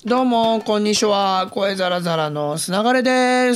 どうもこんにちは、声ザラザラのすながれです。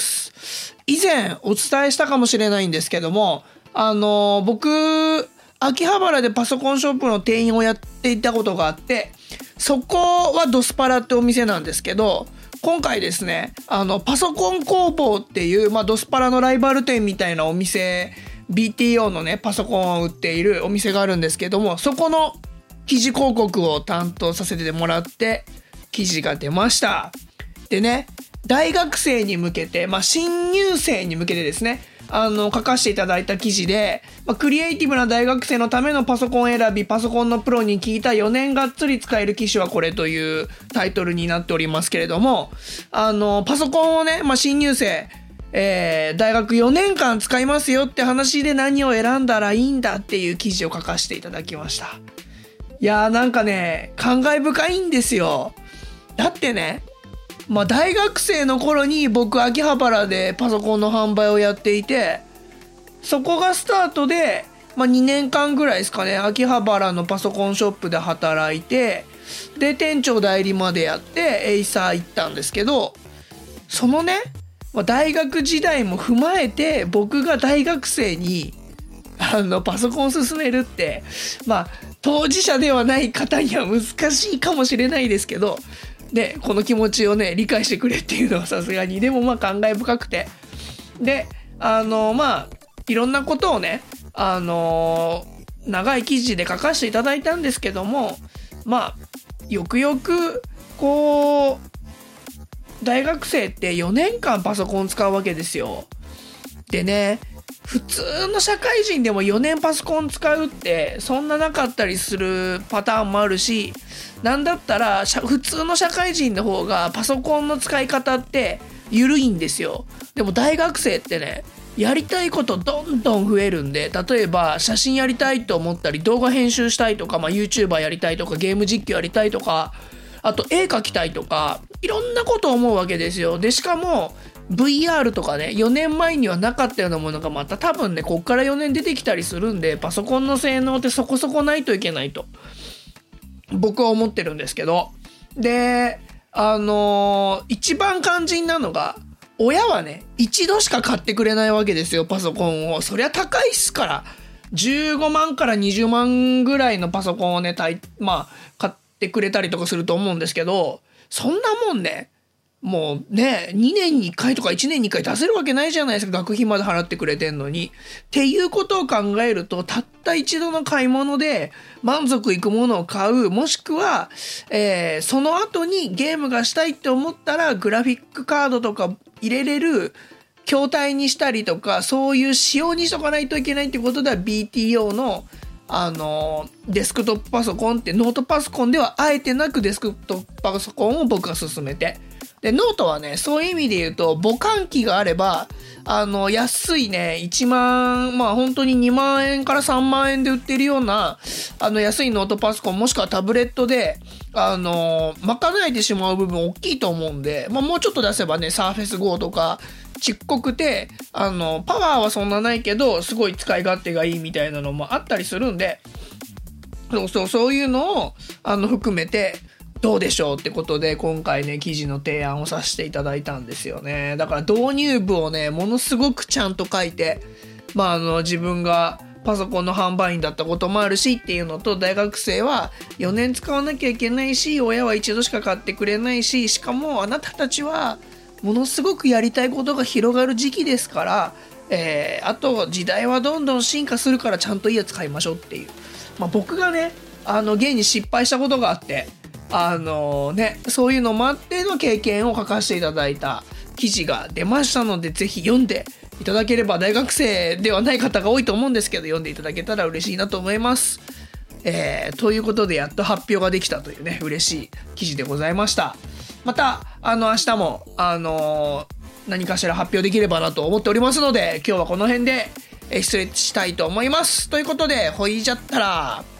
以前お伝えしたかもしれないんですけども、僕秋葉原でパソコンショップの店員をやっていたことがあって、そこはドスパラってお店なんですけど、今回ですね、パソコン工房っていう、ドスパラのライバル店みたいなお店、 BTO のねパソコンを売っているお店があるんですけども、そこの記事広告を担当させてもらって記事が出ました。でね、大学生に向けて、新入生に向けてですね、書かせていただいた記事で、クリエイティブな大学生のためのパソコン選び、パソコンのプロに聞いた4年がっつり使える機種はこれというタイトルになっておりますけれども、パソコンをね、新入生、大学4年間使いますよって話で何を選んだらいいんだっていう記事を書かせていただきました。いやー、なんかね、感慨深いんですよ。だってね、大学生の頃に僕秋葉原でパソコンの販売をやっていて、そこがスタートで、2年間ぐらいですかね、秋葉原のパソコンショップで働いて、で店長代理までやってエイサー行ったんですけど、そのね、大学時代も踏まえて僕が大学生にパソコンを勧めるって、当事者ではない方には難しいかもしれないですけど、でこの気持ちをね理解してくれっていうのはさすがに、でも感慨深くて、でいろんなことをね長い記事で書かせていただいたんですけども、よくよくこう大学生って4年間パソコン使うわけですよ。でね、普通の社会人でも4年パソコン使うってそんななかったりするパターンもあるし、なんだったら普通の社会人の方がパソコンの使い方って緩いんですよ。でも大学生ってね、やりたいことどんどん増えるんで、例えば写真やりたいと思ったり、動画編集したいとか、YouTuber やりたいとか、ゲーム実況やりたいとか、あと絵描きたいとか、いろんなこと思うわけですよ。でしかもVR とかね、4年前にはなかったようなものがまた多分ね、こっから4年出てきたりするんで、パソコンの性能ってそこそこないといけないと僕は思ってるんですけど、で一番肝心なのが、親はね一度しか買ってくれないわけですよ、パソコンを。そりゃ高いっすから、15万から20万ぐらいのパソコンをね買ってくれたりとかすると思うんですけど、そんなもんね、もうね、2年に1回とか1年に1回出せるわけないじゃないですか、学費まで払ってくれてんのに。っていうことを考えると、たった一度の買い物で満足いくものを買う、もしくは、その後にゲームがしたいって思ったらグラフィックカードとか入れれる筐体にしたりとか、そういう仕様にしとかないといけないってことでは BTO のデスクトップパソコンって、ノートパソコンではあえてなくデスクトップパソコンを僕が勧めて、でノートはね、そういう意味で言うと母艦機があれば安いね1万本当に2万円から3万円で売ってるような安いノートパソコン、もしくはタブレットで賄えてしまう部分大きいと思うんで、もうちょっと出せばね、サーフェス Go とかちっこくてパワーはそんなないけどすごい使い勝手がいいみたいなのもあったりするんで、そういうのを含めてどうでしょうってことで、今回ね記事の提案をさせていただいたんですよね。だから導入部をねものすごくちゃんと書いて、自分がパソコンの販売員だったこともあるしっていうのと、大学生は4年使わなきゃいけないし、親は一度しか買ってくれないし、しかもあなたたちはものすごくやりたいことが広がる時期ですから、あと時代はどんどん進化するからちゃんといいやつ買いましょうっていう、僕がね現に失敗したことがあって、そういうのもあっての経験を書かせていただいた記事が出ましたので、ぜひ読んでいただければ、大学生ではない方が多いと思うんですけど、読んでいただけたら嬉しいなと思います。ということでやっと発表ができたというね、嬉しい記事でございました。また明日も何かしら発表できればなと思っておりますので、今日はこの辺で失礼したいと思います。ということで、ほいじゃったら。